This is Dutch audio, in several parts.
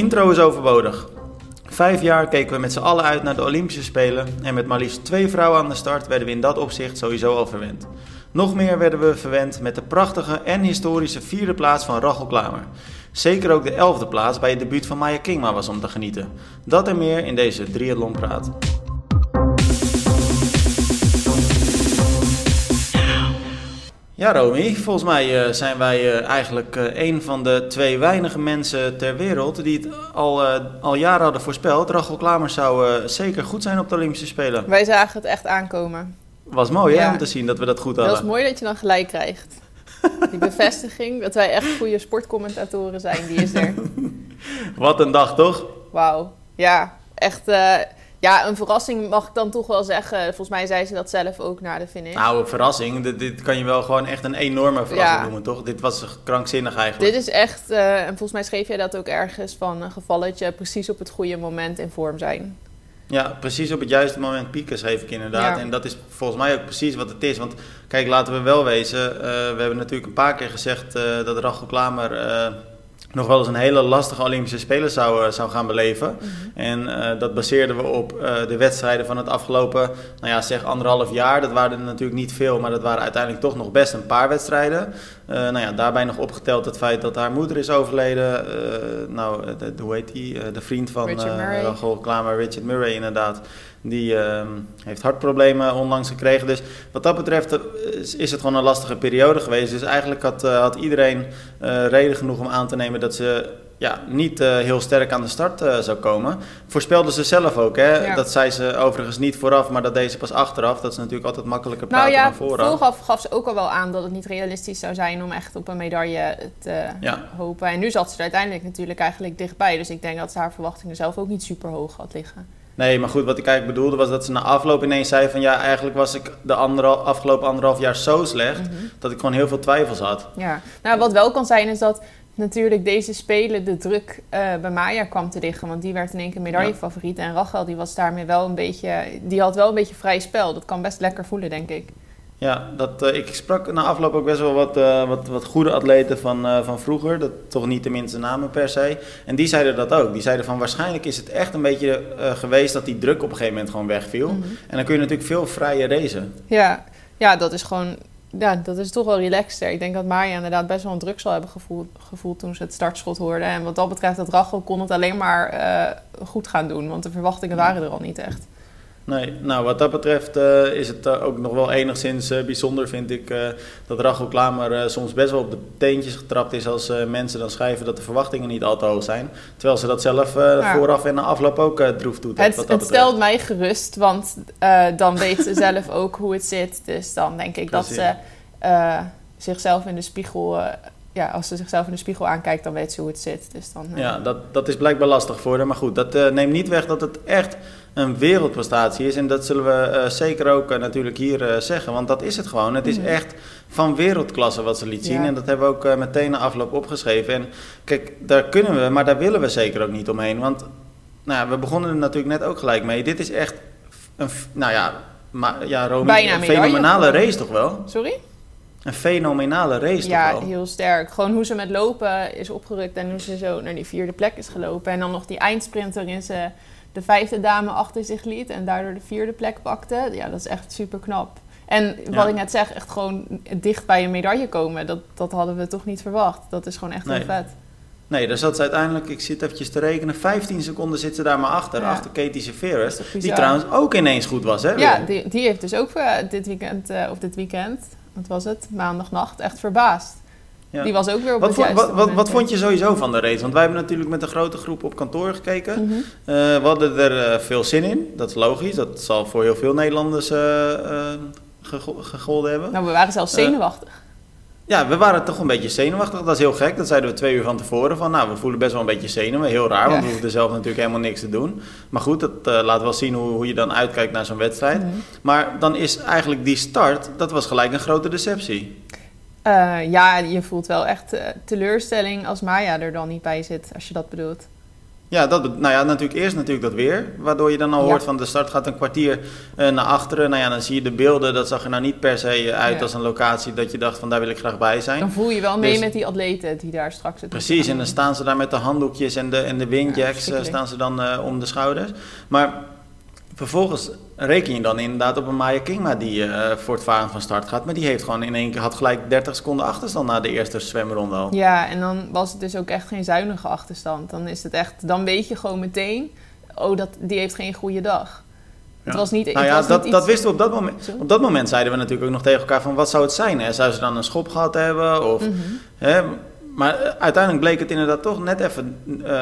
intro is overbodig. 5 jaar keken we met z'n allen uit naar de Olympische Spelen en met maar liefst 2 vrouwen aan de start werden we in dat opzicht sowieso al verwend. Nog meer werden we verwend met de prachtige en historische 4e plaats van Rachel Klamer. Zeker ook de 11e plaats bij het debuut van Maya Kingma was om te genieten. Dat en meer in deze Triathlonpraat. Ja, Romy, volgens mij zijn wij eigenlijk een van de 2 weinige mensen ter wereld die het al jaren hadden voorspeld. Rachel Klamer zou zeker goed zijn op de Olympische Spelen. Wij zagen het echt aankomen. Was mooi hè, om te zien dat we dat goed hadden. Dat is mooi dat je dan gelijk krijgt. Die bevestiging dat wij echt goede sportcommentatoren zijn, die is er. Wat een dag, toch? Wauw. Ja, echt... een verrassing mag ik dan toch wel zeggen. Volgens mij zei ze dat zelf ook na de finish. Nou, een verrassing. Dit kan je wel gewoon echt een enorme verrassing noemen, toch? Dit was krankzinnig eigenlijk. Dit is echt, en volgens mij schreef jij dat ook ergens, van een gevalletje precies op het goede moment in vorm zijn. Ja, precies op het juiste moment pieken, schreef ik inderdaad. Ja. En dat is volgens mij ook precies wat het is. Want kijk, laten we wel wezen. We hebben natuurlijk een paar keer gezegd dat Rachel Klamer nog wel eens een hele lastige Olympische Spelen zou gaan beleven. Mm-hmm. En dat baseerden we op de wedstrijden van het afgelopen, zeg 1,5 jaar. Dat waren er natuurlijk niet veel, maar dat waren uiteindelijk toch nog best een paar wedstrijden. Daarbij nog opgeteld het feit dat haar moeder is overleden. Hoe heet die? De vriend van Rachel Klamer, Richard Murray inderdaad. Die heeft hartproblemen onlangs gekregen. Dus wat dat betreft is het gewoon een lastige periode geweest. Dus eigenlijk had iedereen reden genoeg om aan te nemen dat ze niet heel sterk aan de start zou komen. Voorspelde ze zelf ook. Hè? Ja. Dat zei ze overigens niet vooraf, maar dat deed ze pas achteraf. Dat is natuurlijk altijd makkelijker praten dan vooraf. Vooraf gaf ze ook al wel aan dat het niet realistisch zou zijn om echt op een medaille te hopen. En nu zat ze er uiteindelijk natuurlijk eigenlijk dichtbij. Dus ik denk dat ze haar verwachtingen zelf ook niet super hoog had liggen. Nee, maar goed, wat ik eigenlijk bedoelde was dat ze na afloop ineens zei van eigenlijk was ik de afgelopen 1,5 jaar zo slecht dat ik gewoon heel veel twijfels had. Ja, nou wat wel kan zijn is dat natuurlijk deze Spelen de druk bij Maya kwam te liggen, want die werd in één keer medaillefavoriet en Rachel die was daarmee wel een beetje, die had wel een beetje vrij spel. Dat kan best lekker voelen, denk ik. Ja, ik sprak na afloop ook best wel wat goede atleten van vroeger. Dat toch niet de minste namen per se. En die zeiden dat ook. Die zeiden van waarschijnlijk is het echt een beetje geweest dat die druk op een gegeven moment gewoon wegviel. Mm-hmm. En dan kun je natuurlijk veel vrijer racen. Ja, dat is gewoon... Ja, dat is toch wel relaxter. Ik denk dat Maya inderdaad best wel een druk zal hebben gevoeld toen ze het startschot hoorde. En wat dat betreft, dat Rachel kon het alleen maar goed gaan doen. Want de verwachtingen waren er al niet echt. Nee, nou wat dat betreft is het ook nog wel enigszins bijzonder, vind ik, dat Rachel Klamer soms best wel op de teentjes getrapt is als mensen dan schrijven dat de verwachtingen niet al te hoog zijn. Terwijl ze dat zelf vooraf en na afloop ook droef doet. Het stelt mij gerust, want dan weet ze zelf ook hoe het zit. Dus dan denk ik dat ze zichzelf in de spiegel... als ze zichzelf in de spiegel aankijkt, dan weet ze hoe het zit. Dus dan, Ja, dat is blijkbaar lastig voor haar. Maar goed, dat neemt niet weg dat het echt een wereldprestatie is. En dat zullen we zeker ook natuurlijk hier zeggen. Want dat is het gewoon. Het is echt van wereldklasse wat ze liet zien. En dat hebben we ook meteen na afloop opgeschreven. En kijk, daar kunnen we, maar daar willen we zeker ook niet omheen. Want we begonnen er natuurlijk net ook gelijk mee. Dit is echt Romy, een fenomenale race toch wel? Sorry? Een fenomenale race toch wel? Ja, heel sterk. Gewoon hoe ze met lopen is opgerukt en hoe ze zo naar die 4e plek is gelopen. En dan nog die eindsprint waarin ze de 5e dame achter zich liet en daardoor de 4e plek pakte. Ja, dat is echt super knap. En wat ik net zeg, echt gewoon dicht bij een medaille komen, dat hadden we toch niet verwacht. Dat is gewoon echt heel vet. Nee, daar zat ze uiteindelijk, ik zit eventjes te rekenen, 15 seconden zit ze daar maar achter Katie Severus. Die trouwens ook ineens goed was, hè? Ja, die heeft dus ook dit weekend, wat was het, maandagnacht, echt verbaasd. Ja. Die was ook weer op het juiste moment. Wat vond je sowieso van de race? Want wij hebben natuurlijk met een grote groep op kantoor gekeken. Mm-hmm. We hadden er veel zin in, dat is logisch. Dat zal voor heel veel Nederlanders gegolden hebben. Nou, we waren zelfs zenuwachtig. Ja, we waren toch een beetje zenuwachtig. Dat is heel gek. Dat zeiden we 2 uur van tevoren. We voelen best wel een beetje zenuwen. Heel raar, want we hoefden zelf natuurlijk helemaal niks te doen. Maar goed, dat laat wel zien hoe je dan uitkijkt naar zo'n wedstrijd. Mm-hmm. Maar dan is eigenlijk die start, dat was gelijk een grote deceptie. Je voelt wel echt teleurstelling als Maya er dan niet bij zit, als je dat bedoelt. Ja, natuurlijk eerst dat weer. Waardoor je dan al hoort van de start gaat een kwartier naar achteren. Nou ja, dan zie je de beelden. Dat zag er nou niet per se uit als een locatie dat je dacht van daar wil ik graag bij zijn. Dan voel je wel mee met die atleten die daar straks zitten. Precies, en dan staan ze daar met de handdoekjes en de windjacks staan ze dan om de schouders. Maar vervolgens reken je dan inderdaad op een Maya Kingma die voortvarend van start gaat. Maar die heeft gewoon in één keer had gelijk 30 seconden achterstand na de eerste zwemronde al. Ja, en dan was het dus ook echt geen zuinige achterstand. Dan is het echt, dan weet je gewoon meteen, die heeft geen goede dag. Ja. Het was niet. Dat wisten we op dat moment. Op dat moment zeiden we natuurlijk ook nog tegen elkaar van wat zou het zijn? Hè? Zou ze dan een schop gehad hebben? Of, maar uiteindelijk bleek het inderdaad toch net even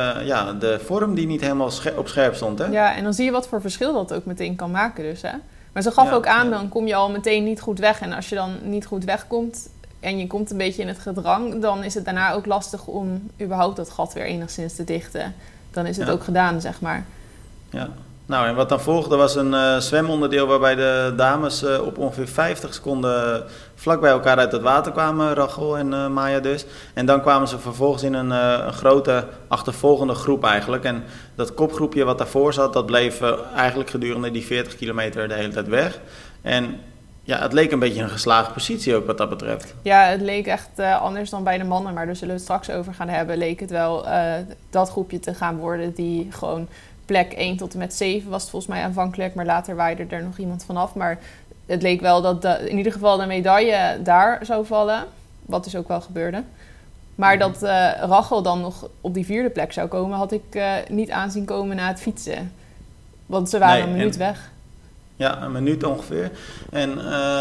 de vorm die niet helemaal op scherp stond. Hè? Ja, en dan zie je wat voor verschil dat ook meteen kan maken dus. Hè? Maar ze gaf ook aan, dan kom je al meteen niet goed weg. En als je dan niet goed wegkomt en je komt een beetje in het gedrang, dan is het daarna ook lastig om überhaupt dat gat weer enigszins te dichten. Dan is het ook gedaan, zeg maar. Ja. Nou, en wat dan volgde was een zwemonderdeel waarbij de dames op ongeveer 50 seconden vlak bij elkaar uit het water kwamen, Rachel en Maya dus. En dan kwamen ze vervolgens in een grote achtervolgende groep eigenlijk. En dat kopgroepje wat daarvoor zat, dat bleef eigenlijk gedurende die 40 kilometer de hele tijd weg. En ja, het leek een beetje een geslaagde positie ook wat dat betreft. Ja, het leek echt anders dan bij de mannen, maar daar zullen we het straks over gaan hebben. Leek het wel dat groepje te gaan worden die gewoon plek 1 tot en met 7 was het volgens mij aanvankelijk, maar later waaide er nog iemand vanaf. Maar het leek wel dat in ieder geval de medaille daar zou vallen, wat dus ook wel gebeurde. Maar dat Rachel dan nog op die 4e plek zou komen, had ik niet aanzien komen na het fietsen. Want ze waren een minuut weg. Ja, een minuut ongeveer. En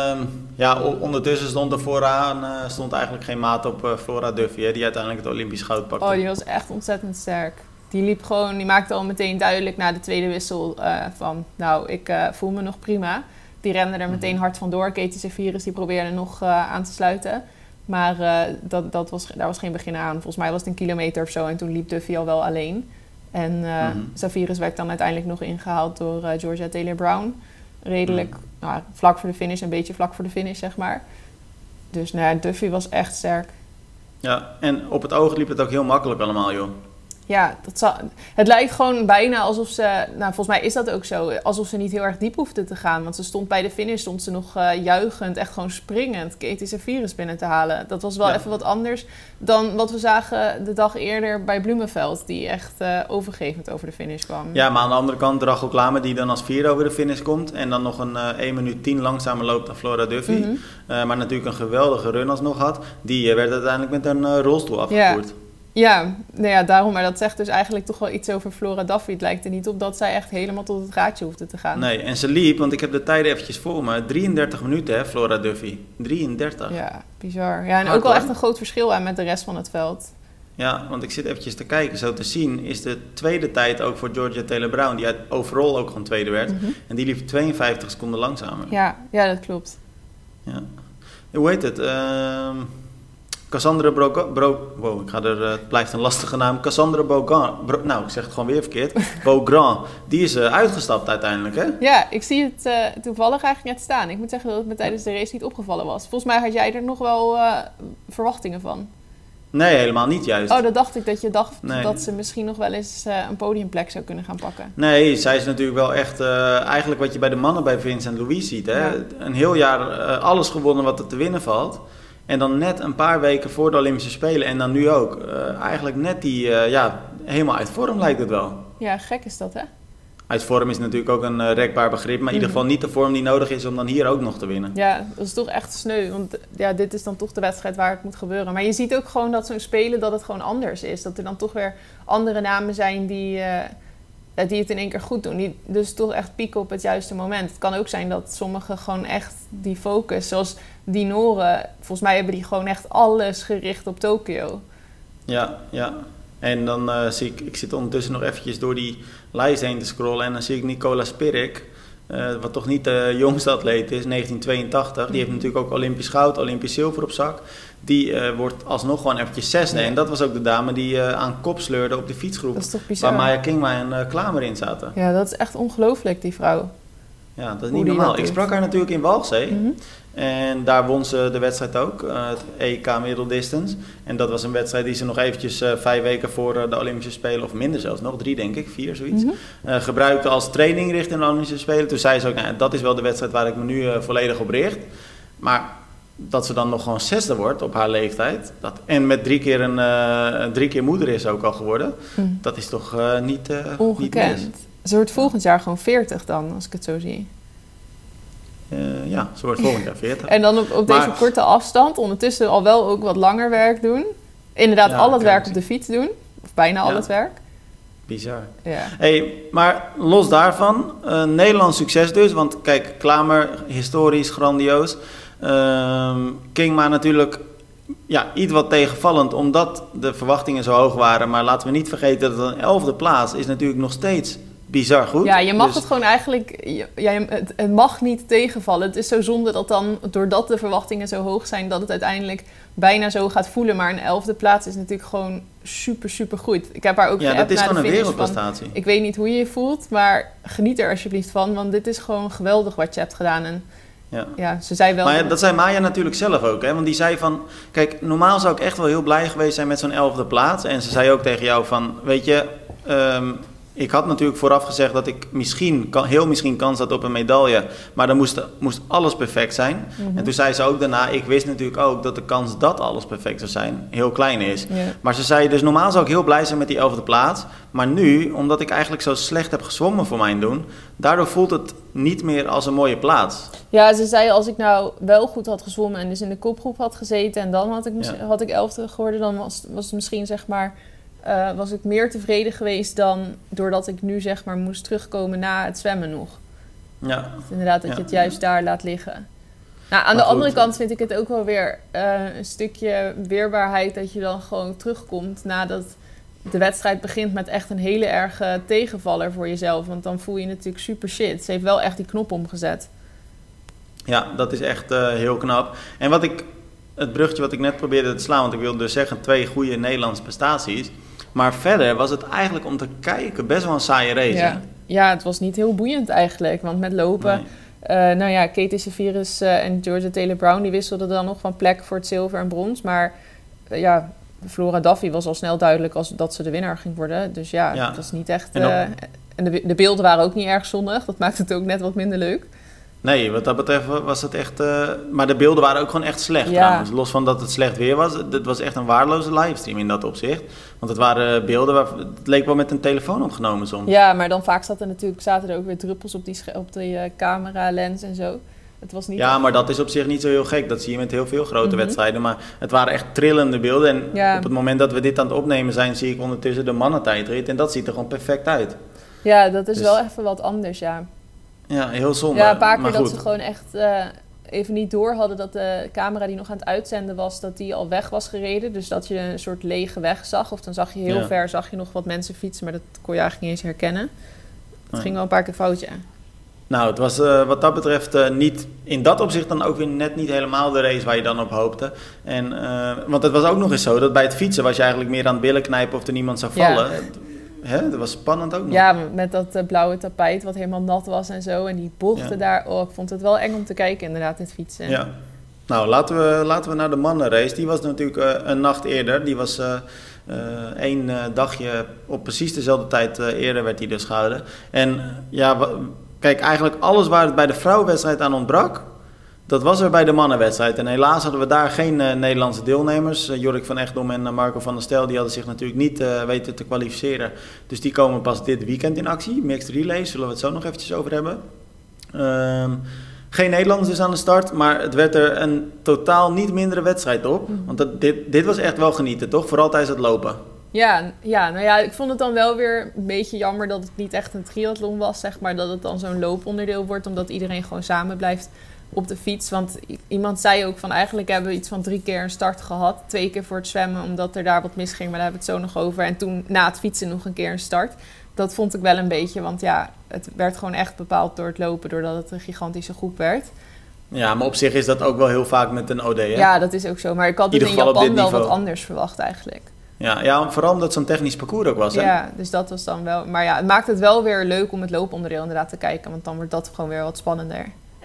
ondertussen stond er vooraan eigenlijk geen maat op Flora Duffy, hè, die uiteindelijk het Olympisch goud pakte. Oh, die was echt ontzettend sterk. Die maakte al meteen duidelijk na de tweede wissel ik voel me nog prima. Die rende er meteen hard vandoor. Katie Zafiris die probeerde nog aan te sluiten. Maar daar was geen begin aan. Volgens mij was het een kilometer of zo en toen liep Duffy al wel alleen. En Zafiris werd dan uiteindelijk nog ingehaald door Georgia Taylor-Brown. Redelijk vlak voor de finish, een beetje vlak voor de finish zeg maar. Dus Duffy was echt sterk. Ja, en op het oog liep het ook heel makkelijk allemaal, joh. Ja, het lijkt gewoon bijna alsof ze, volgens mij is dat ook zo, alsof ze niet heel erg diep hoefde te gaan. Want ze stond bij de finish, nog juichend, echt gewoon springend, Katie Zafiris binnen te halen. Dat was wel even wat anders dan wat we zagen de dag eerder bij Bloemenveld, die echt overgevend over de finish kwam. Ja, maar aan de andere kant Rachel Klamer, die dan als 4 over de finish komt en dan nog een 1 minuut 10 langzamer loopt dan Flora Duffy. Maar natuurlijk een geweldige run alsnog had, die werd uiteindelijk met een rolstoel afgevoerd. Ja, daarom. Maar dat zegt dus eigenlijk toch wel iets over Flora Duffy. Het lijkt er niet op dat zij echt helemaal tot het gaatje hoefde te gaan. Nee, en ze liep, want ik heb de tijden eventjes voor me, 33 minuten hè, Flora Duffy. 33. Ja, bizar. Ja, en ook wel echt een groot verschil aan met de rest van het veld. Ja, want ik zit eventjes te kijken. Zo te zien is de tweede tijd ook voor Georgia Taylor-Brown, die overall ook gewoon tweede werd. En die liep 52 seconden langzamer. Ja, dat klopt. Ja. Hoe heet het? Cassandra het blijft een lastige naam. Cassandra Beaugrand. Ik zeg het gewoon weer verkeerd. Beaugrand. Die is uitgestapt uiteindelijk, hè? Ja, ik zie het toevallig eigenlijk net staan. Ik moet zeggen dat het me tijdens de race niet opgevallen was. Volgens mij had jij er nog wel verwachtingen van. Nee, helemaal niet juist. Oh, dat dacht ik. Dat je dacht dat ze misschien nog wel eens een podiumplek zou kunnen gaan pakken. Nee, zij is natuurlijk wel echt eigenlijk wat je bij de mannen bij Vincent Louis ziet. Hè? Ja. Een heel jaar alles gewonnen wat er te winnen valt. En dan net een paar weken voor de Olympische Spelen en dan nu ook. Eigenlijk net die, helemaal uit vorm lijkt het wel. Ja, gek is dat, hè? Uit vorm is natuurlijk ook een rekbaar begrip, maar in ieder geval niet de vorm die nodig is om dan hier ook nog te winnen. Ja, dat is toch echt sneu, want dit is dan toch de wedstrijd waar het moet gebeuren. Maar je ziet ook gewoon dat zo'n Spelen, dat het gewoon anders is. Dat er dan toch weer andere namen zijn die het in één keer goed doen. Die dus toch echt pieken op het juiste moment. Het kan ook zijn dat sommigen gewoon echt die focus, zoals die Noren, volgens mij hebben die gewoon echt alles gericht op Tokio. Ja. En dan zie ik zit ondertussen nog eventjes door die lijst heen te scrollen en dan zie ik Nicola Spirik, wat toch niet de jongste atleet is, 1982. Die heeft natuurlijk ook Olympisch goud, Olympisch zilver op zak. Die wordt alsnog gewoon eventjes 6e. Ja. En dat was ook de dame die aan kop sleurde op de fietsgroep. Dat is toch bizar? Waar Maya Kingma en Klamer in zaten. Ja, dat is echt ongelooflijk, die vrouw. Ja, dat is niet normaal. Ik sprak haar natuurlijk in Walchzee. En daar won ze de wedstrijd ook, het EK Middle Distance. En dat was een wedstrijd die ze nog eventjes 5 weken voor de Olympische Spelen, of minder zelfs, nog 3 denk ik, 4 zoiets, gebruikte als training richting de Olympische Spelen. Toen zei ze ook, nou, dat is wel de wedstrijd waar ik me nu volledig op richt. Maar dat ze dan nog gewoon 6e wordt op haar leeftijd. En met 3 keer moeder is ook al geworden. Dat is toch niet ongekend. Niet ze wordt volgend jaar gewoon 40 dan, als ik het zo zie. Ja, ze wordt volgend jaar 40. En dan op deze korte afstand ondertussen al wel ook wat langer werk doen. Inderdaad, al het werk op de fiets doen. Of bijna al het werk. Bizar. Ja. Hey, maar los daarvan, Nederlands succes dus. Want kijk, Klamer, historisch, grandioos. Kingma natuurlijk iets wat tegenvallend, omdat de verwachtingen zo hoog waren. Maar laten we niet vergeten dat een 11e plaats is natuurlijk nog steeds bizar goed. Ja, je mag het gewoon eigenlijk... Het mag niet tegenvallen. Het is zo zonde dat dan, doordat de verwachtingen zo hoog zijn, dat het uiteindelijk bijna zo gaat voelen. Maar een 11e plaats is natuurlijk gewoon super, super goed. Ik heb haar ook geappt dat is na gewoon de een finish wereldprestatie. Ik weet niet hoe je je voelt, maar geniet er alsjeblieft van. Want dit is gewoon geweldig wat je hebt gedaan. En ja, ze zei wel... Maar dat zei Maya natuurlijk zelf ook, hè? Want die zei van... Kijk, normaal zou ik echt wel heel blij geweest zijn met zo'n 11e plaats. En ze zei ook tegen jou van, weet je... ik had natuurlijk vooraf gezegd dat ik heel misschien kans had op een medaille. Maar dan moest alles perfect zijn. En toen zei ze ook daarna, ik wist natuurlijk ook dat de kans dat alles perfect zou zijn heel klein is. Ja. Maar ze zei, dus normaal zou ik heel blij zijn met die 11e plaats. Maar nu, omdat ik eigenlijk zo slecht heb gezwommen voor mijn doen, daardoor voelt het niet meer als een mooie plaats. Ja, ze zei, als ik nou wel goed had gezwommen en dus in de kopgroep had gezeten en dan had ik 11e geworden, dan was het misschien zeg maar... was ik meer tevreden geweest dan doordat ik nu zeg maar moest terugkomen na het zwemmen nog. Ja. Dus inderdaad dat je het juist daar laat liggen. Nou, aan de andere kant vind ik het ook wel weer een stukje weerbaarheid dat je dan gewoon terugkomt nadat de wedstrijd begint met echt een hele erge tegenvaller voor jezelf. Want dan voel je natuurlijk super shit. Ze heeft wel echt die knop omgezet. Ja, dat is echt heel knap. En het bruggetje wat ik net probeerde te slaan, want ik wilde dus zeggen 2 goede Nederlandse prestaties. Maar verder was het eigenlijk om te kijken best wel een saaie race. Ja, het was niet heel boeiend eigenlijk. Want met lopen, Katie Severus en Georgia Taylor-Brown, die wisselden dan nog van plek voor het zilver en brons. Maar Flora Duffy was al snel duidelijk dat ze de winnaar ging worden. Dus het was niet echt... En de beelden waren ook niet erg zonnig. Dat maakt het ook net wat minder leuk. Nee, wat dat betreft was het echt... maar de beelden waren ook gewoon echt slecht trouwens. Los van dat het slecht weer was. Het was echt een waardeloze livestream in dat opzicht. Want het waren beelden het leek wel met een telefoon opgenomen soms. Ja, maar dan vaak zaten er ook weer druppels op die camera lens en zo. Het was niet maar dat is op zich niet zo heel gek. Dat zie je met heel veel grote wedstrijden. Maar het waren echt trillende beelden. En op het moment dat we dit aan het opnemen zijn, zie ik ondertussen de mannentijdrit. En dat ziet er gewoon perfect uit. Ja, dat is wel even wat anders, Ja, heel zonde. Ja, een paar keer dat ze gewoon echt even niet door hadden dat de camera die nog aan het uitzenden was, dat die al weg was gereden. Dus dat je een soort lege weg zag. Of dan zag je heel ver nog wat mensen fietsen, maar dat kon je eigenlijk niet eens herkennen. Het ging wel een paar keer foutje. Nou, het was wat dat betreft niet in dat opzicht dan ook weer net niet helemaal de race waar je dan op hoopte. En, want het was ook nog eens zo dat bij het fietsen was je eigenlijk meer aan het billen knijpen of er niemand zou vallen. Dat was spannend ook nog. Ja, met dat blauwe tapijt wat helemaal nat was en zo. En die bochten daar. Oh, ik vond het wel eng om te kijken inderdaad, dit fietsen. Ja. Nou, laten we naar de mannenrace. Die was natuurlijk een nacht eerder. Die was 1 dagje op precies dezelfde tijd eerder werd die dus gehouden. En kijk, eigenlijk alles waar het bij de vrouwenwedstrijd aan ontbrak, dat was er bij de mannenwedstrijd. En helaas hadden we daar geen Nederlandse deelnemers. Jorik van Echtdom en Marco van der Stel, die hadden zich natuurlijk niet weten te kwalificeren. Dus die komen pas dit weekend in actie. Mixed relay, zullen we het zo nog eventjes over hebben. Geen Nederlanders dus aan de start, maar het werd er een totaal niet mindere wedstrijd op. Want dit was echt wel genieten, toch? Vooral tijdens het lopen. Ja, ik vond het dan wel weer een beetje jammer dat het niet echt een triathlon was, zeg maar. Dat het dan zo'n looponderdeel wordt, omdat iedereen gewoon samen blijft op de fiets. Want iemand zei ook van eigenlijk hebben we iets van 3 keer een start gehad. 2 keer voor het zwemmen, omdat er daar wat misging. Maar daar hebben we het zo nog over. En toen na het fietsen nog een keer een start. Dat vond ik wel een beetje, want het werd gewoon echt bepaald door het lopen, doordat het een gigantische groep werd. Ja, maar op zich is dat ook wel heel vaak met een OD, hè? Ja, dat is ook zo. Maar ik had het in Japan wel wat anders verwacht eigenlijk. Ja, vooral omdat het zo'n technisch parcours ook was, hè? Ja, dus dat was dan wel... Maar het maakt het wel weer leuk om het looponderdeel inderdaad te kijken, want dan wordt dat gewoon weer wat spannender.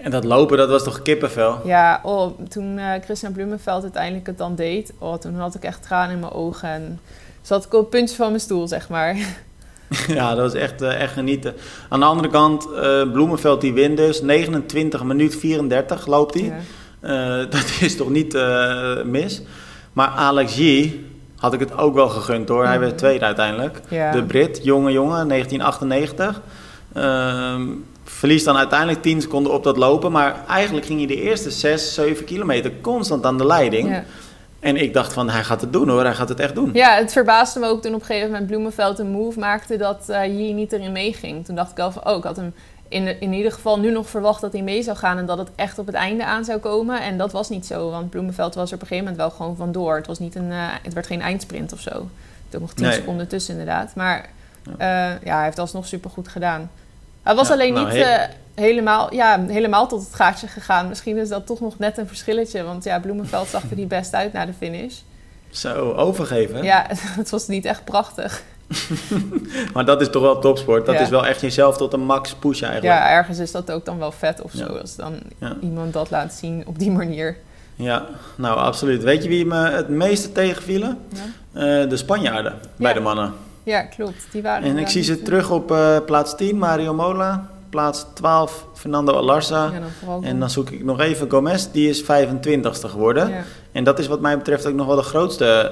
En dat lopen, dat was toch kippenvel? Ja, toen Christian Blumenveld uiteindelijk het dan deed... toen had ik echt tranen in mijn ogen. En zat ik op het puntje van mijn stoel, zeg maar. Ja, dat was echt genieten. Aan de andere kant, Bloemenveld die wint dus. 29 minuut 34 loopt hij. Ja. Dat is toch niet mis. Maar Alex G had ik het ook wel gegund hoor. Hij werd tweede uiteindelijk. Ja. De Brit, jonge, 1998. Verliest dan uiteindelijk 10 seconden op dat lopen. Maar eigenlijk ging hij de eerste 6, 7 kilometer constant aan de leiding. Ja. En ik dacht van, hij gaat het doen hoor, hij gaat het echt doen. Ja, het verbaasde me ook toen op een gegeven moment Bloemenveld een move maakte dat Yi niet erin meeging. Toen dacht ik wel van, ik had hem in ieder geval nu nog verwacht dat hij mee zou gaan en dat het echt op het einde aan zou komen. En dat was niet zo, want Bloemenveld was er op een gegeven moment wel gewoon vandoor. Het was niet het werd geen eindsprint of zo. Er was nog 10 seconden tussen inderdaad. Maar hij heeft alsnog supergoed gedaan. Hij was alleen niet helemaal tot het gaatje gegaan. Misschien is dat toch nog net een verschilletje. Want ja, Bloemenveld zag er niet best uit na de finish. Zo, overgeven. Ja, het was niet echt prachtig. Maar dat is toch wel topsport. Dat is wel echt jezelf tot een max pushen eigenlijk. Ja, ergens is dat ook dan wel vet of zo. Als dan iemand dat laat zien op die manier. Ja, nou absoluut. Weet je wie me het meeste tegenvielen? Ja. De Spanjaarden bij de mannen. Ja, klopt. Die waren en ik zie ze terug op plaats 10, Mario Mola. Plaats 12, Fernando Alarza. Ja, en dan zoek ik nog even Gomez. Die is 25ste geworden. Ja. En dat is wat mij betreft ook nog wel de grootste...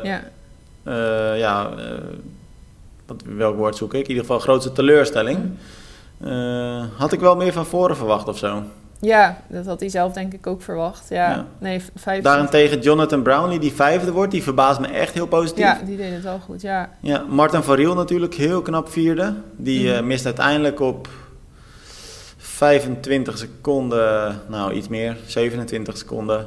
welk woord zoek ik? In ieder geval grootste teleurstelling. Had ik wel meer van voren verwacht of zo. Ja, dat had hij zelf denk ik ook verwacht. Ja. Nee, 5. Daarentegen Jonathan Brownlee, die 5e wordt, die verbaast me echt heel positief. Ja, die deed het wel goed, ja. Ja, Martin van Riel natuurlijk, heel knap 4e. Die mist uiteindelijk op 25 seconden, nou iets meer, 27 seconden,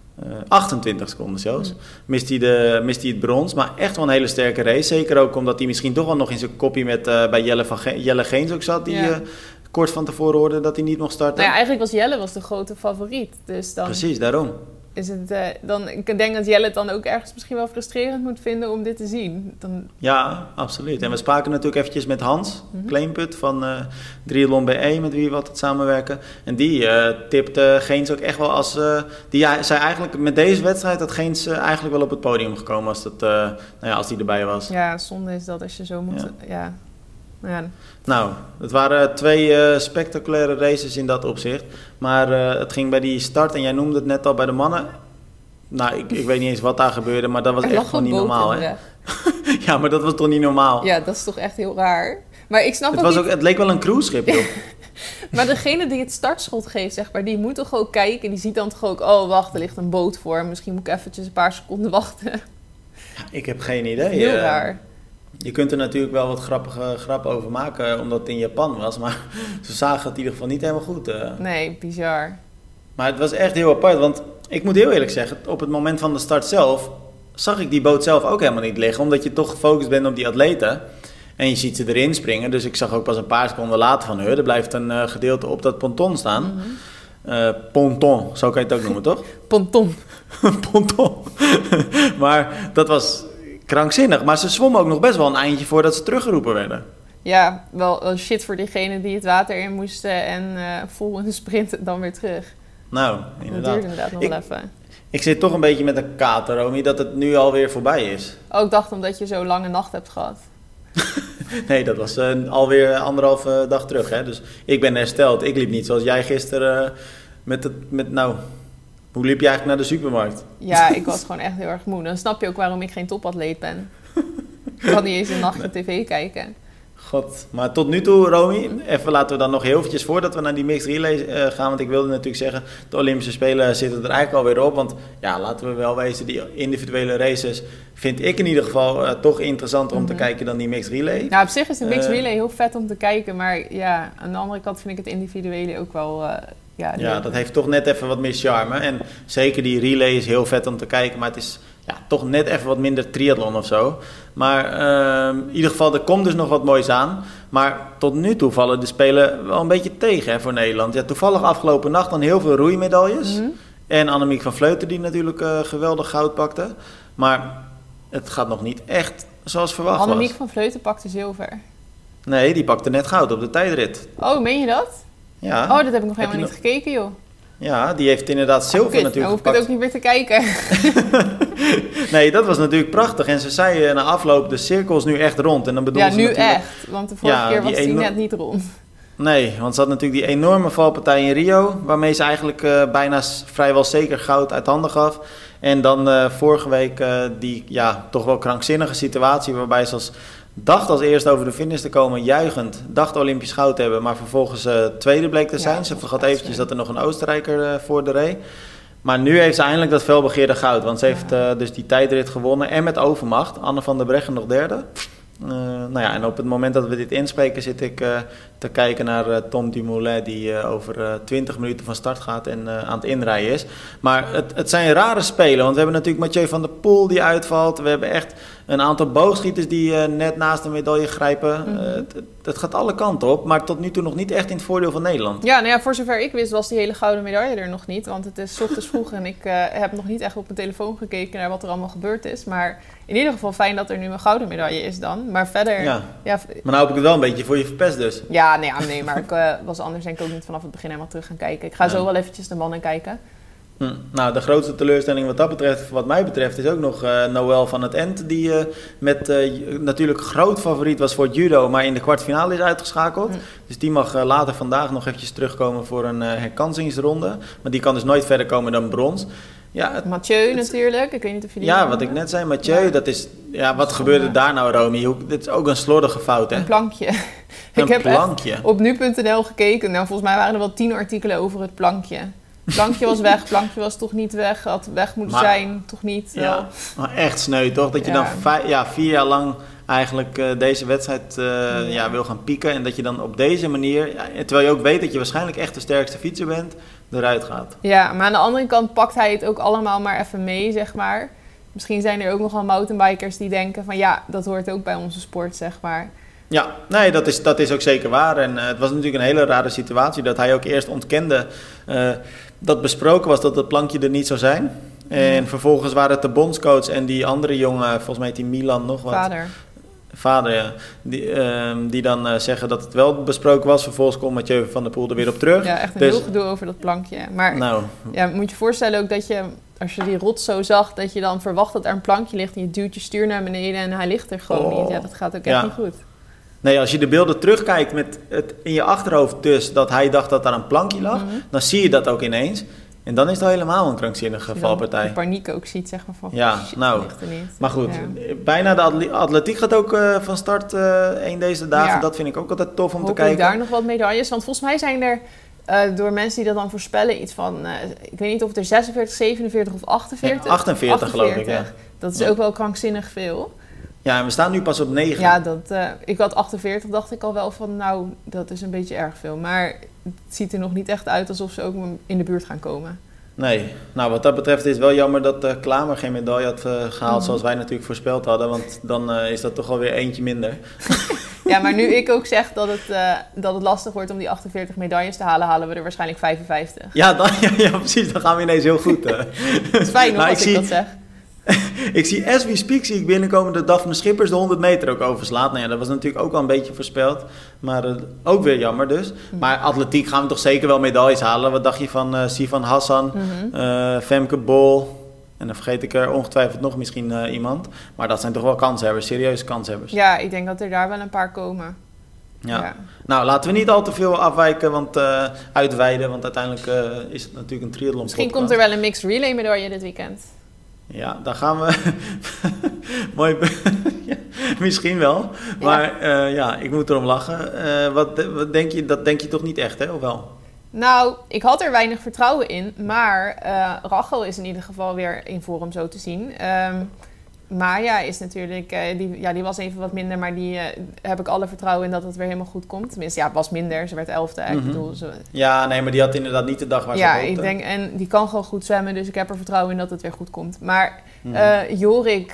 28 seconden zelfs, mist hij het brons. Maar echt wel een hele sterke race. Zeker ook omdat hij misschien toch wel nog in zijn koppie met bij Jelle Geens ook zat, die... kort van tevoren hoorde dat hij niet mocht starten. Nou ja, eigenlijk was Jelle de grote favoriet. Dus dan precies, daarom. Is het, ik denk dat Jelle het dan ook ergens misschien wel frustrerend moet vinden om dit te zien. Ja, absoluut. En we spraken natuurlijk eventjes met Hans Kleinput van Triathlon BE, met wie we altijd samenwerken. En die tipte Geens ook echt wel als... die zei eigenlijk met deze wedstrijd dat Geens eigenlijk wel op het podium gekomen als die erbij was. Ja, zonde is dat als je zo moet... Ja. Nou, het waren 2 spectaculaire races in dat opzicht. Maar het ging bij die start, en jij noemde het net al bij de mannen. Nou, ik weet niet eens wat daar gebeurde, maar dat was echt gewoon niet normaal, hè? Ja, maar dat was toch niet normaal? Ja, dat is toch echt heel raar. Maar ik snap het leek wel een cruiseschip, joh. Maar degene die het startschot geeft, zeg maar, die moet toch ook kijken. Die ziet dan toch ook, oh wacht, er ligt een boot voor. Misschien moet ik eventjes een paar seconden wachten. Ja, ik heb geen idee. Heel raar. Je kunt er natuurlijk wel wat grappige grappen over maken, omdat het in Japan was. Maar ze zagen het in ieder geval niet helemaal goed. Nee, bizar. Maar het was echt heel apart, want ik moet heel eerlijk zeggen, op het moment van de start zelf zag ik die boot zelf ook helemaal niet liggen. Omdat je toch gefocust bent op die atleten. En je ziet ze erin springen. Dus ik zag ook pas een paar seconden later van, er blijft een gedeelte op dat ponton staan. Ponton, zo kan je het ook noemen, toch? Ponton. Ponton. Maar dat was... krankzinnig, maar ze zwommen ook nog best wel een eindje voordat ze teruggeroepen werden. Ja, wel shit voor diegenen die het water in moesten en vol in de sprint dan weer terug. Nou, inderdaad. Dat duurde inderdaad nog wel even. Ik zit toch een beetje met een kater, Romy, dat het nu alweer voorbij is. Oh, ik dacht omdat je zo'n lange nacht hebt gehad. Nee, dat was alweer 1,5 dag terug, hè. Dus ik ben hersteld. Ik liep niet zoals jij gisteren hoe liep je eigenlijk naar de supermarkt? Ja, ik was gewoon echt heel erg moe. Dan snap je ook waarom ik geen topatleet ben. Ik kan niet eens een nachtje tv kijken. God, maar tot nu toe, Romy, even laten we dan nog heel eventjes voordat we naar die mixed relay gaan. Want ik wilde natuurlijk zeggen, de Olympische Spelen zitten er eigenlijk alweer op. Want ja, laten we wel wezen, die individuele races vind ik in ieder geval toch interessanter om te kijken dan die mixed relay. Nou, op zich is de mixed relay heel vet om te kijken. Maar ja, aan de andere kant vind ik het individuele ook wel... Ja, dat heeft toch net even wat meer charme. En zeker die relay is heel vet om te kijken. Maar het is toch net even wat minder triathlon of zo. Maar in ieder geval, er komt dus nog wat moois aan. Maar tot nu toe vallen de Spelen wel een beetje tegen voor Nederland. Ja, toevallig afgelopen nacht dan heel veel roeimedailles. En Annemiek van Vleuten die natuurlijk geweldig goud pakte. Maar het gaat nog niet echt zoals verwacht was. Annemiek van Vleuten pakte zilver. Nee, die pakte net goud op de tijdrit. Oh, meen je dat? Ja. Oh, dat heb ik nog helemaal niet gekeken, joh. Ja, die heeft inderdaad zilver natuurlijk nou hoef ik het ook niet meer te kijken. Nee, dat was natuurlijk prachtig. En ze zei na afloop, de cirkel is nu echt rond. En dan bedoelde ze nu natuurlijk... echt. Want de vorige keer was die net niet rond. Nee, want ze had natuurlijk die enorme valpartij in Rio, waarmee ze eigenlijk bijna vrijwel zeker goud uit handen gaf. En dan vorige week die toch wel krankzinnige situatie waarbij ze dacht als eerste over de finish te komen, juichend, dacht Olympisch goud te hebben, maar vervolgens tweede bleek te zijn. Ze vergat eventjes dat er nog een Oostenrijker voor de reed. Maar nu heeft ze eindelijk dat felbegeerde goud, want ze heeft dus die tijdrit gewonnen en met overmacht. Anne van der Breggen nog derde. En op het moment dat we dit inspreken zit ik te kijken naar Tom Dumoulin die over 20 minuten van start gaat en aan het inrijden is. Maar het zijn rare spelen, want we hebben natuurlijk Mathieu van der Poel die uitvalt. We hebben echt een aantal boogschieters die net naast de medaille grijpen. Het gaat alle kanten op, maar tot nu toe nog niet echt in het voordeel van Nederland. Ja, voor zover ik wist was die hele gouden medaille er nog niet. Want het is 's ochtends vroeg en ik heb nog niet echt op mijn telefoon gekeken naar wat er allemaal gebeurd is. Maar in ieder geval fijn dat er nu een gouden medaille is dan. Maar verder... Ja. Maar nou hoop ik het wel een beetje voor je verpest dus. Nee, maar ik was anders denk ik ook niet vanaf het begin helemaal terug gaan kijken. Ik ga zo wel eventjes de mannen kijken. Nou, de grootste teleurstelling wat dat betreft, wat mij betreft, is ook nog Noël van het End. Die met natuurlijk groot favoriet was voor het judo, maar in de kwartfinale is uitgeschakeld. Dus die mag later vandaag nog eventjes terugkomen voor een herkansingsronde. Maar die kan dus nooit verder komen dan brons. Ja, Mathieu natuurlijk, ik weet niet of jullie... Ja, wat ik net zei, Mathieu, dat is... Ja, wat gebeurde daar nou, Romy? Dit is ook een slordige fout, hè? Een plankje. Ik heb op nu.nl gekeken. Nou, volgens mij waren er wel 10 artikelen over het plankje. Plankje was weg, plankje was toch niet weg. Had weg moeten zijn, toch niet. Ja, maar echt sneu, toch? Dat je dan 4 jaar lang eigenlijk deze wedstrijd wil gaan pieken. En dat je dan op deze manier, terwijl je ook weet dat je waarschijnlijk echt de sterkste fietser bent, eruit gaat. Ja, maar aan de andere kant pakt hij het ook allemaal maar even mee, zeg maar. Misschien zijn er ook nog wel mountainbikers die denken van dat hoort ook bij onze sport, zeg maar. Ja, nee, dat is ook zeker waar. En het was natuurlijk een hele rare situatie dat hij ook eerst ontkende dat besproken was dat het plankje er niet zou zijn. En vervolgens waren het de bondscoach en die andere jongen, volgens mij heet die Milan nog wat. Vader, ja. Die dan zeggen dat het wel besproken was. Vervolgens komt Mathieu van der Poel er weer op terug. Ja, echt een heel gedoe over dat plankje. Maar moet je voorstellen ook dat je, als je die rots zo zag, dat je dan verwacht dat er een plankje ligt en je duwt je stuur naar beneden en hij ligt er gewoon niet. Ja, dat gaat ook echt niet goed. Nee, als je de beelden terugkijkt met het in je achterhoofd dus dat hij dacht dat daar een plankje lag, dan zie je dat ook ineens. En dan is het helemaal een krankzinnige valpartij. De paniek ook ziet, zeg maar, van ligt er niet. Maar goed, bijna de atletiek gaat ook van start een deze dagen. Ja. Dat vind ik ook altijd tof om te kijken. Daar nog wat medailles, want volgens mij zijn er door mensen die dat dan voorspellen iets van, ik weet niet of het er 46, 47 of 48. 48 geloof ik, ja. Dat is ook wel krankzinnig veel. Ja, en we staan nu pas op 9. Ja, ik had 48, dacht ik al wel van, dat is een beetje erg veel. Maar het ziet er nog niet echt uit alsof ze ook in de buurt gaan komen. Nee, nou wat dat betreft is het wel jammer dat Klamer geen medaille had gehaald zoals wij natuurlijk voorspeld hadden. Want dan is dat toch alweer eentje minder. Ja, maar nu ik ook zeg dat het lastig wordt om die 48 medailles te halen, halen we er waarschijnlijk 55. Ja, precies, dan gaan we ineens heel goed. Het is fijn als ik dat zeg. Ik zie as we speak binnenkomen dat Daphne Schippers de 100 meter ook overslaat. Nou ja, dat was natuurlijk ook al een beetje voorspeld. Maar ook weer jammer dus. Maar atletiek gaan we toch zeker wel medailles halen. Wat dacht je van Sivan Hassan, Femke Bol? En dan vergeet ik er ongetwijfeld nog misschien iemand. Maar dat zijn toch wel kanshebbers, serieuze kanshebbers. Ja, ik denk dat er daar wel een paar komen. Ja. Nou, laten we niet al te veel afwijken, uitweiden. Want uiteindelijk is het natuurlijk een triathlon podcast. Misschien komt er wel een mixed relay medaille dit weekend. Ja, dan gaan we... Mooi... misschien wel. Maar ik moet erom lachen. Wat denk je? Dat denk je toch niet echt, hè? Of wel? Nou, ik had er weinig vertrouwen in. Maar Rachel is in ieder geval weer in vorm zo te zien. Maya is natuurlijk... die was even wat minder. Maar die heb ik alle vertrouwen in dat het weer helemaal goed komt. Tenminste, het was minder. Ze werd 11e. Ik bedoel, ja, nee, maar die had inderdaad niet de dag waar ze hoopte. Ja, ik denk... En die kan gewoon goed zwemmen. Dus ik heb er vertrouwen in dat het weer goed komt. Maar Jorik...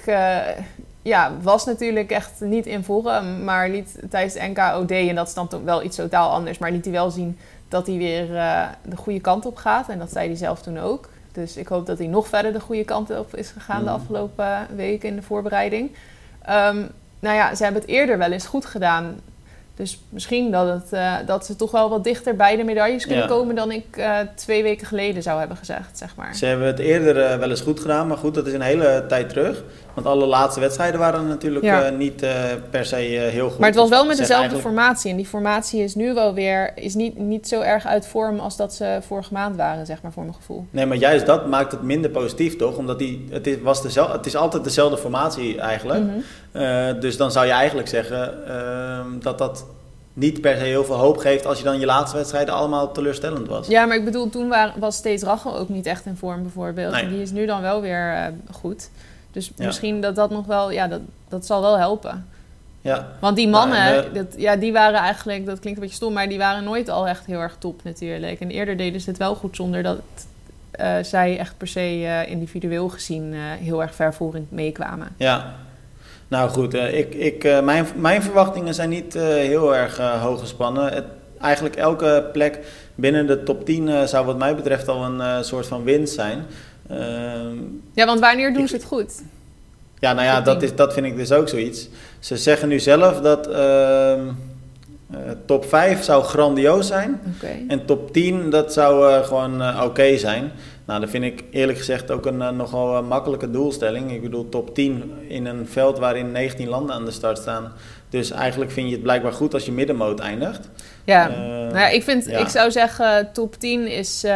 was natuurlijk echt niet in vorm. Maar liet tijdens de NKOD... En dat is dan toch wel iets totaal anders. Maar liet hij wel zien dat hij weer de goede kant op gaat. En dat zei hij zelf toen ook. Dus ik hoop dat hij nog verder de goede kant op is gegaan de afgelopen weken in de voorbereiding. Ze hebben het eerder wel eens goed gedaan. Dus misschien dat ze toch wel wat dichter bij de medailles kunnen komen dan ik 2 weken geleden zou hebben gezegd, zeg maar. Ze hebben het eerder wel eens goed gedaan, maar goed, dat is een hele tijd terug. Want alle laatste wedstrijden waren natuurlijk niet per se heel goed. Maar het was wel met dezelfde formatie. En die formatie is nu wel weer niet zo erg uit vorm als dat ze vorige maand waren, zeg maar, voor mijn gevoel. Nee, maar juist dat maakt het minder positief, toch? Omdat het is altijd dezelfde formatie eigenlijk. Mm-hmm. Dus dan zou je eigenlijk zeggen dat niet per se heel veel hoop geeft als je dan je laatste wedstrijden allemaal teleurstellend was. Ja, maar ik bedoel, toen was steeds Rachel ook niet echt in vorm bijvoorbeeld. Nee. En die is nu dan wel weer goed. Dus misschien dat nog wel, dat zal wel helpen. Ja. Want die mannen, die waren eigenlijk, dat klinkt een beetje stom, maar die waren nooit al echt heel erg top natuurlijk. En eerder deden ze het wel goed zonder dat zij echt per se individueel gezien heel erg ver voorin meekwamen. Ja. Nou goed, mijn verwachtingen zijn niet heel erg hoog gespannen. Eigenlijk elke plek binnen de top 10 zou wat mij betreft al een soort van winst zijn. Ja, want wanneer doen ze het goed? Ja, nou ja, dat vind ik dus ook zoiets. Ze zeggen nu zelf dat top 5 zou grandioos zijn. Okay. En top 10, dat zou gewoon oké zijn. Nou, dat vind ik eerlijk gezegd ook een nogal makkelijke doelstelling. Ik bedoel, top 10 in een veld waarin 19 landen aan de start staan. Dus eigenlijk vind je het blijkbaar goed als je middenmoot eindigt. Ja, nou ja, ik zou zeggen top 10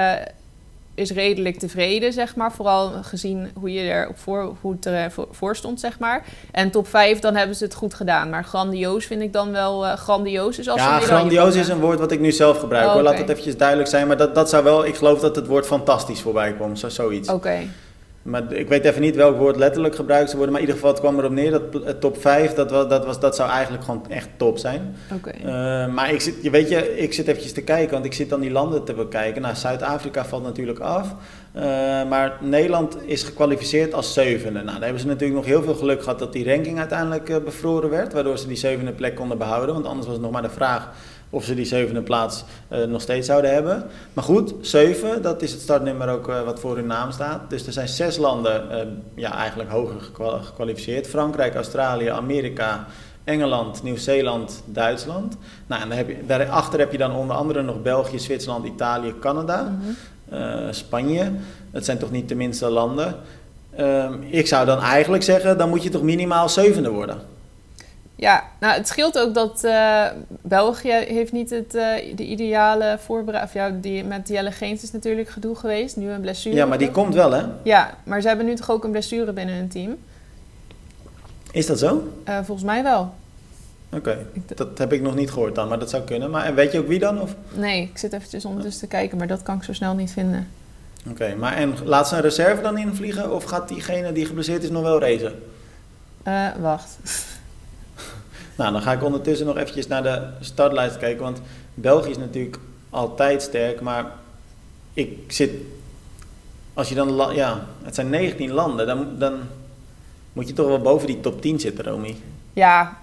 is redelijk tevreden, zeg maar. Vooral gezien hoe je ervoor stond, zeg maar. En top 5, dan hebben ze het goed gedaan. Maar grandioos vind ik dan wel... grandioos is als een medaille. Ja, grandioos is een woord wat ik nu zelf gebruik. Hoor. Laat het eventjes duidelijk zijn. Maar dat zou wel... Ik geloof dat het woord fantastisch voorbij komt. Zoiets. Oké. Maar ik weet even niet welk woord letterlijk gebruikt zou worden. Maar in ieder geval, het kwam erop neer dat top 5, dat zou eigenlijk gewoon echt top zijn. Okay. Maar ik zit eventjes te kijken, want ik zit dan die landen te bekijken. Nou, Zuid-Afrika valt natuurlijk af. Maar Nederland is gekwalificeerd als 7e. Nou, daar hebben ze natuurlijk nog heel veel geluk gehad dat die ranking uiteindelijk bevroren werd. Waardoor ze die 7e plek konden behouden. Want anders was het nog maar de vraag of ze die 7e plaats nog steeds zouden hebben. Maar goed, 7, dat is het startnummer ook wat voor hun naam staat. Dus er zijn 6 landen eigenlijk hoger gekwalificeerd. Frankrijk, Australië, Amerika, Engeland, Nieuw-Zeeland, Duitsland. Nou, en daarachter heb je dan onder andere nog België, Zwitserland, Italië, Canada, Spanje. Het zijn toch niet de minste landen. Ik zou dan eigenlijk zeggen, dan moet je toch minimaal 7e worden. Ja, nou het scheelt ook dat België heeft niet de ideale voorbereiding. Of ja, met Jelle Geens is natuurlijk gedoe geweest. Nu een blessure. Ja, maar die komt wel, hè? Ja, maar ze hebben nu toch ook een blessure binnen hun team? Is dat zo? Volgens mij wel. Oké, dat heb ik nog niet gehoord dan, maar dat zou kunnen. Maar weet je ook wie dan? Of? Nee, ik zit eventjes ondertussen te kijken, maar dat kan ik zo snel niet vinden. Oké, maar en laat ze een reserve dan invliegen? Of gaat diegene die geblesseerd is nog wel racen? Wacht. Nou, dan ga ik ondertussen nog eventjes naar de startlijst kijken. Want België is natuurlijk altijd sterk. Maar ik zit... Als je dan... het zijn 19 landen. Dan moet je toch wel boven die top 10 zitten, Romy. Ja.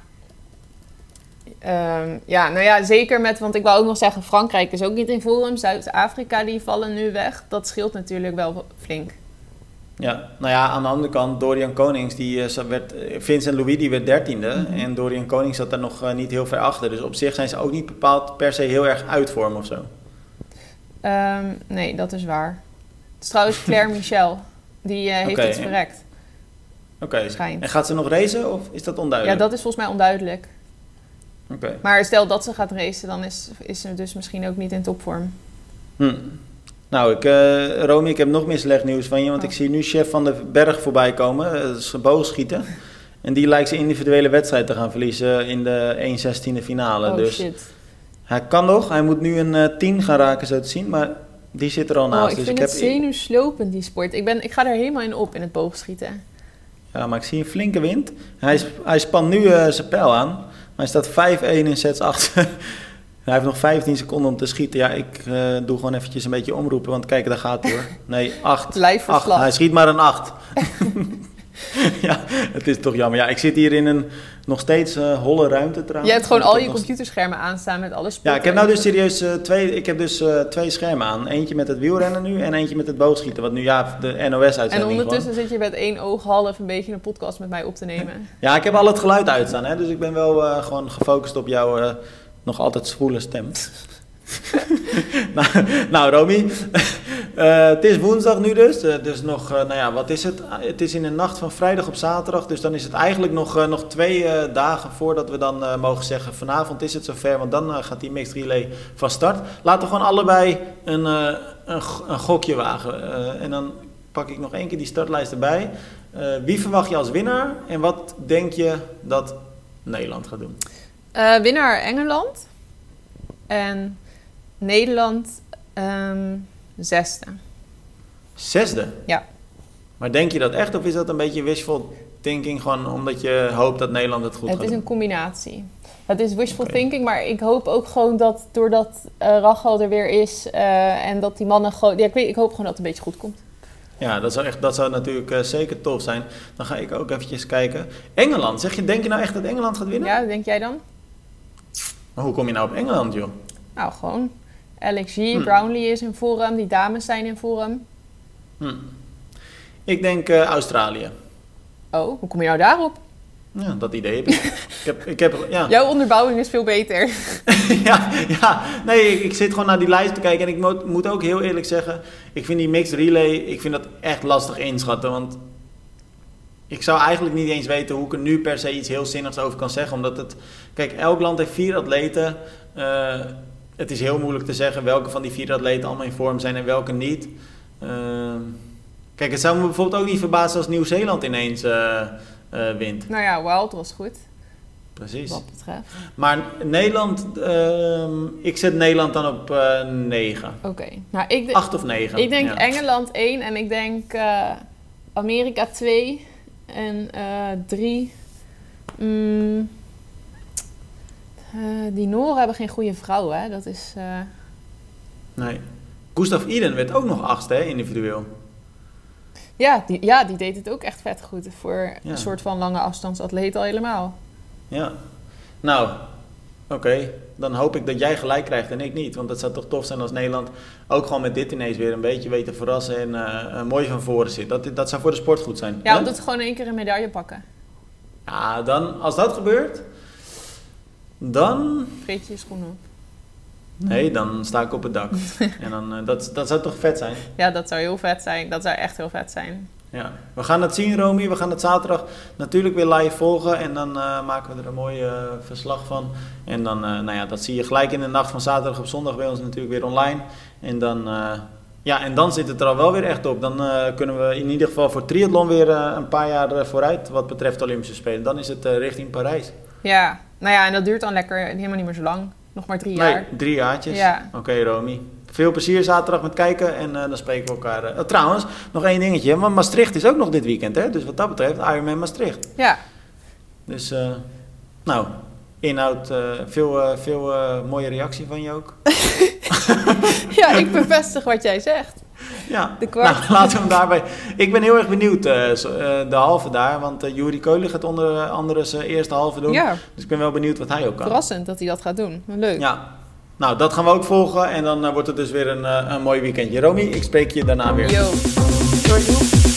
Nou ja, zeker met... Want ik wou ook nog zeggen, Frankrijk is ook niet in vorm. Zuid-Afrika, die vallen nu weg. Dat scheelt natuurlijk wel flink. Ja, nou ja, aan de andere kant, Dorian Konings, Vincent Louis, die werd 13e. Mm-hmm. En Dorian Konings zat daar nog niet heel ver achter. Dus op zich zijn ze ook niet bepaald per se heel erg uit vorm of zo. Nee, dat is waar. Het is trouwens Claire Michel. Die heeft iets verrekt. Oké. En gaat ze nog racen of is dat onduidelijk? Ja, dat is volgens mij onduidelijk. Oké. Maar stel dat ze gaat racen, dan is ze dus misschien ook niet in topvorm. Nou, Romy, ik heb nog meer slecht nieuws van je, want ik zie nu Chef van den Berg voorbij komen. Dat is boogschieten. En die lijkt zijn individuele wedstrijd te gaan verliezen in de 1/16e finale. Oh dus shit. Hij kan nog, hij moet nu een 10 gaan raken zo te zien, maar die zit er al naast. Ik vind het zenuwslopend, die sport. Ik ga er helemaal in op, in het boogschieten. Ja, maar ik zie een flinke wind. Hij spant nu zijn pijl aan, maar hij staat 5-1 in sets 8. Hij heeft nog 15 seconden om te schieten. Ja, ik doe gewoon eventjes een beetje omroepen, want kijk, daar gaat hij hoor. Nee, 8. Hij schiet maar een 8. Ja, het is toch jammer. Ja, ik zit hier in een nog steeds holle ruimte trouwens. Je hebt gewoon al je computerschermen aanstaan met alle sporten. Ja, ik heb nou dus serieus twee schermen aan. Eentje met het wielrennen nu en eentje met het boogschieten. Wat nu de NOS-uitzending. En ondertussen zit je met 1 oog half een beetje een podcast met mij op te nemen. Ja, ik heb al het geluid uitstaan, hè, dus ik ben wel gewoon gefocust op jouw nog altijd zwoele stem. nou, Romy. Het is woensdag nu dus. Dus nog, wat is het? Het is in de nacht van vrijdag op zaterdag. Dus dan is het eigenlijk nog 2 dagen voordat we dan mogen zeggen... vanavond is het zover, want dan gaat die mixed relay van start. Laten we gewoon allebei een gokje wagen. En dan pak ik nog 1 keer die startlijst erbij. Wie verwacht je als winnaar? En wat denk je dat Nederland gaat doen? Winnaar Engeland. En Nederland 6e. 6e? Ja. Maar denk je dat echt of is dat een beetje wishful thinking? Gewoon omdat je hoopt dat Nederland het goed gaat doen? Het is een combinatie. Het is wishful thinking, maar ik hoop ook gewoon dat doordat Rachel er weer is en dat die mannen gewoon... Ja, ik hoop gewoon dat het een beetje goed komt. Ja, dat zou natuurlijk zeker tof zijn. Dan ga ik ook eventjes kijken. Engeland, denk je nou echt dat Engeland gaat winnen? Ja, denk jij dan? Maar hoe kom je nou op Engeland, joh? Nou, gewoon LXG, Brownlee is in vorm, die dames zijn in vorm. Ik denk Australië. Oh, hoe kom je nou daarop? Ja, dat idee heb ik. Ja. Jouw onderbouwing is veel beter. Nee, ik zit gewoon naar die lijst te kijken. En ik moet ook heel eerlijk zeggen, ik vind die mixed relay, ik vind dat echt lastig inschatten. Want ik zou eigenlijk niet eens weten hoe ik er nu per se iets heel zinnigs over kan zeggen. Omdat kijk, elk land heeft 4 atleten. Het is heel moeilijk te zeggen welke van die 4 atleten allemaal in vorm zijn en welke niet. Kijk, het zou me bijvoorbeeld ook niet verbazen als Nieuw-Zeeland ineens wint. Nou ja, Wild was goed. Precies. Wat betreft. Maar Nederland, ik zet Nederland dan op 9. Oké. Nou, 8 of 9. Ik denk Engeland 1 en ik denk Amerika 2 en 3. Die Noren hebben geen goede vrouwen, hè? Dat is... Nee. Gustav Iden werd ook nog 8e, hè, individueel. Ja, die deed het ook echt vet goed. Voor een soort van lange afstandsatleet al helemaal. Ja. Nou, oké. Dan hoop ik dat jij gelijk krijgt en ik niet. Want het zou toch tof zijn als Nederland ook gewoon met dit ineens weer een beetje weet te verrassen en mooi van voren zit. Dat zou voor de sport goed zijn. Ja, want het gewoon 1 keer een medaille pakken. Ja, dan, als dat gebeurt, dan... Vreet je je schoenen op. Nee, dan sta ik op het dak. En dan, dat zou toch vet zijn? Ja, dat zou heel vet zijn. Dat zou echt heel vet zijn. Ja, we gaan het zien, Romy. We gaan het zaterdag natuurlijk weer live volgen. En dan maken we er een mooi verslag van. En dan, dat zie je gelijk in de nacht van zaterdag op zondag bij ons natuurlijk weer online. En dan zit het er al wel weer echt op. Dan kunnen we in ieder geval voor triathlon weer een paar jaar vooruit wat betreft de Olympische Spelen. Dan is het richting Parijs. Ja, en dat duurt dan lekker helemaal niet meer zo lang. Nog maar 3 jaar. Nee, 3 jaartjes. Ja. Oké, Romy. Veel plezier zaterdag met kijken en dan spreken we elkaar. Trouwens, nog 1 dingetje. Want Maastricht is ook nog dit weekend, hè? Dus wat dat betreft, Ironman Maastricht. Ja. Dus, inhoud, veel mooie reactie van je ook. Ja, ik bevestig wat jij zegt. Ja, laten we hem daarbij. Ik ben heel erg benieuwd, de halve daar. Want Juri Keulen gaat onder andere zijn eerste halve doen. Ja. Dus ik ben wel benieuwd wat hij ook kan. Verrassend dat hij dat gaat doen. Leuk. Ja. Nou, dat gaan we ook volgen. En dan wordt het dus weer een mooi weekendje. Romy, ik spreek je daarna weer. Yo. Doei.